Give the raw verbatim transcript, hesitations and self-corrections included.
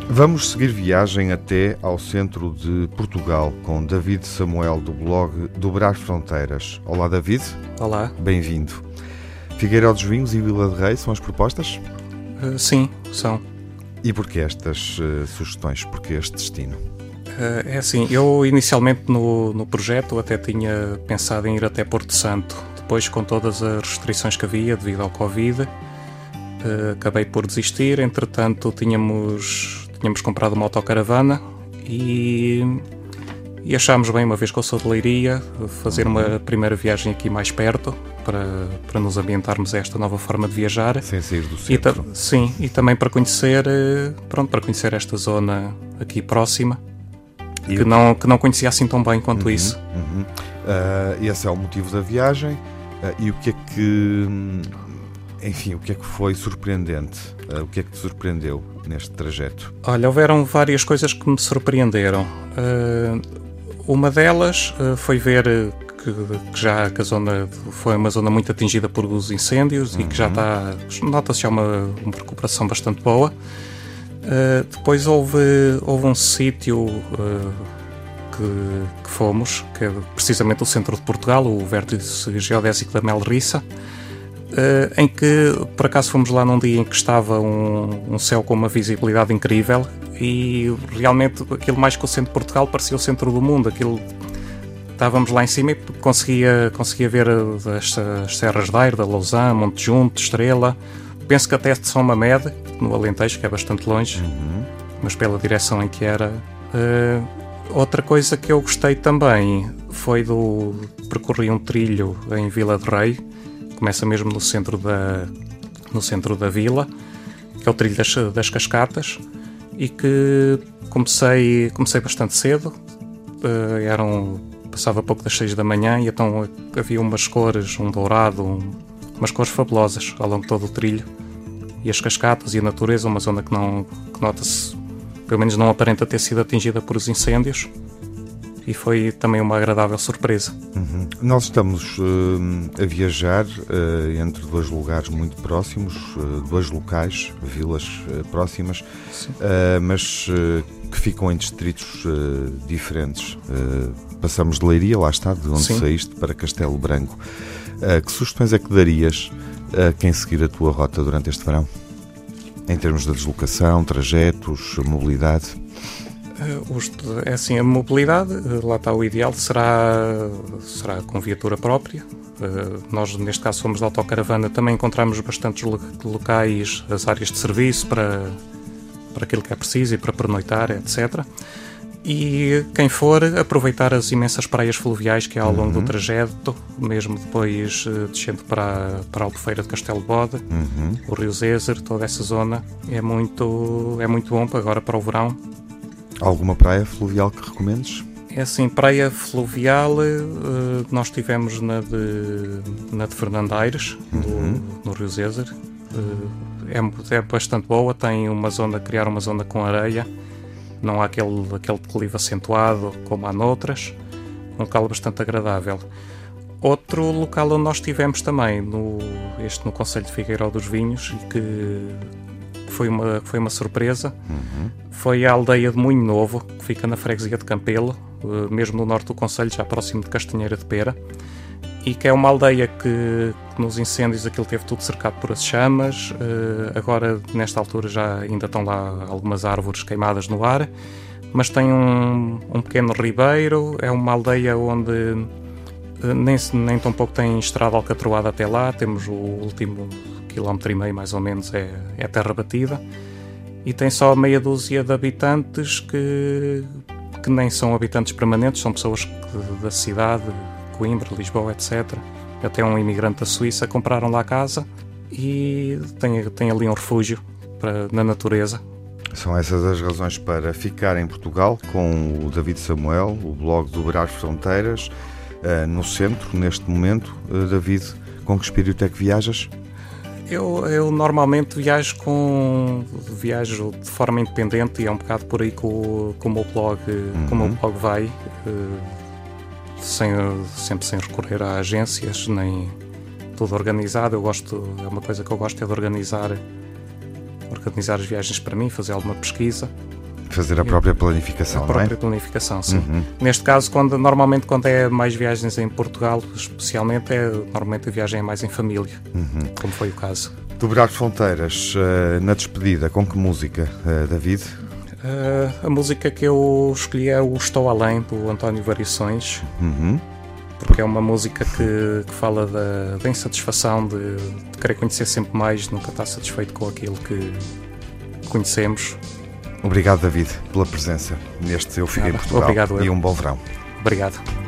Vamos seguir viagem até ao centro de Portugal com David Samuel, do blog Dobrar Fronteiras. Olá, David. Olá. Bem-vindo. Figueiró dos Vinhos e Vila de Rei são as propostas? Uh, sim, são. E porquê estas uh, sugestões? Porquê este destino? Uh, é assim, eu inicialmente no, no projeto até tinha pensado em ir até Porto Santo. Depois, com todas as restrições que havia devido ao Covid, uh, acabei por desistir. Entretanto, tínhamos... Tínhamos comprado uma autocaravana e, e achámos bem, uma vez que eu sou de Leiria, fazer uma primeira viagem aqui mais perto para, para nos ambientarmos a esta nova forma de viajar. Sem sair do centro. E, sim, e também para conhecer, pronto, para conhecer esta zona aqui próxima, e que, não, que não conhecia assim tão bem quanto uhum, isso. Uhum. Uh, esse é o motivo da viagem. Uh, e o que é que... Enfim, o que é que foi surpreendente? Uh, o que é que te surpreendeu neste trajeto? Olha, houveram várias coisas que me surpreenderam. Uh, uma delas uh, foi ver que, que já que a zona foi uma zona muito atingida por os incêndios, uhum. E que já está, nota-se já uma, uma recuperação bastante boa. Uh, depois houve, houve um sítio uh, que, que fomos, que é precisamente o centro de Portugal, o Vértice Geodésico da Melriça. Uh, em que, por acaso, fomos lá num dia em que estava um, um céu com uma visibilidade incrível e realmente aquilo, mais que o centro de Portugal, parecia o centro do mundo. Aquilo, estávamos lá em cima e conseguia, conseguia ver as, as serras de Aire, da Lousã, Monte Junto, Estrela. Penso que até de São Mamede, no Alentejo, que é bastante longe, uhum. Mas pela direção em que era. Uh, outra coisa que eu gostei também foi do... percorri um trilho em Vila de Rei. Começa mesmo no centro da, no centro da vila, que é o trilho das, das Cascatas, e que comecei, comecei bastante cedo, uh, eram, passava pouco das seis da manhã, e então havia umas cores, um dourado, um, umas cores fabulosas ao longo de todo o trilho, e as cascatas e a natureza, uma zona que, não, que nota-se, pelo menos não aparenta ter sido atingida por os incêndios, e foi também uma agradável surpresa. Uhum. Nós estamos uh, a viajar uh, entre dois lugares muito próximos, uh, dois locais, vilas uh, próximas, uh, mas uh, que ficam em distritos uh, diferentes. Uh, passamos de Leiria, lá está, de onde Sim. saíste, para Castelo Branco. Uh, que sugestões é que darias a quem seguir a tua rota durante este verão? Em termos de deslocação, trajetos, mobilidade? Uh, é assim, a mobilidade, uh, lá está o ideal, será, será com viatura própria. Uh, nós, neste caso, fomos de autocaravana, também encontramos bastantes lo- locais, as áreas de serviço para, para aquilo que é preciso e para pernoitar, etcétera. E quem for, aproveitar as imensas praias fluviais que há ao longo uhum. do trajeto, mesmo depois uh, descendo para, para a Albufeira de Castelo de Bode, uhum. o Rio Zezer, toda essa zona, é muito, é muito bom para agora para o verão. Alguma praia fluvial que recomendes? É assim, praia fluvial, uh, nós estivemos na de, na de Fernandaires, uhum. no, no Rio Zezer. Uh, é, é bastante boa, tem uma zona, criar uma zona com areia, não há aquele, aquele declive acentuado como há noutras, um local bastante agradável. Outro local onde nós estivemos também, no, este no Concelho de Figueiró dos Vinhos, e que foi uma, foi uma surpresa, uhum. foi a aldeia de Moinho Novo, que fica na freguesia de Campelo, mesmo no norte do concelho, já próximo de Castanheira de Pera, e que é uma aldeia que, que nos incêndios aquilo teve tudo cercado por as chamas. Agora, nesta altura, já ainda estão lá algumas árvores queimadas no ar, mas tem um, um pequeno ribeiro, é uma aldeia onde nem, nem tão pouco tem estrada alcatroada até lá, temos o último quilómetro e meio mais ou menos é, é terra batida, e tem só meia dúzia de habitantes que, que nem são habitantes permanentes, são pessoas que, da cidade, Coimbra, Lisboa, etcétera. Até um imigrante da Suíça compraram lá a casa e tem, tem ali um refúgio para, na natureza. São essas as razões para ficar em Portugal com o David Samuel, o blog Dobrar Fronteiras, uh, no centro, neste momento. Uh, David, com que espírito é que viajas? Eu, eu normalmente viajo com viajo de forma independente, e é um bocado por aí que o, que o meu blog, uhum. que o meu blog vai, uh, sem, sempre sem recorrer a agências, nem tudo organizado. Eu gosto, é uma coisa que eu gosto, é de organizar, organizar as viagens para mim, fazer alguma pesquisa, Fazer a própria planificação, a própria não é? planificação, sim. Uhum. Neste caso, quando, normalmente quando é mais viagens em Portugal, especialmente, é, normalmente a viagem é mais em família, Uhum. como foi o caso. Dobrar fronteiras, uh, na despedida, com que música, uh, David? Uh, a música que eu escolhi é o Estou Além, do António Variações, Uhum. porque é uma música que, que fala da, da insatisfação de, de querer conhecer sempre mais, nunca estar satisfeito com aquilo que conhecemos. Obrigado, David, pela presença neste Eu Fiquei em Nada. Portugal. Obrigado, eu. E um bom verão. Obrigado.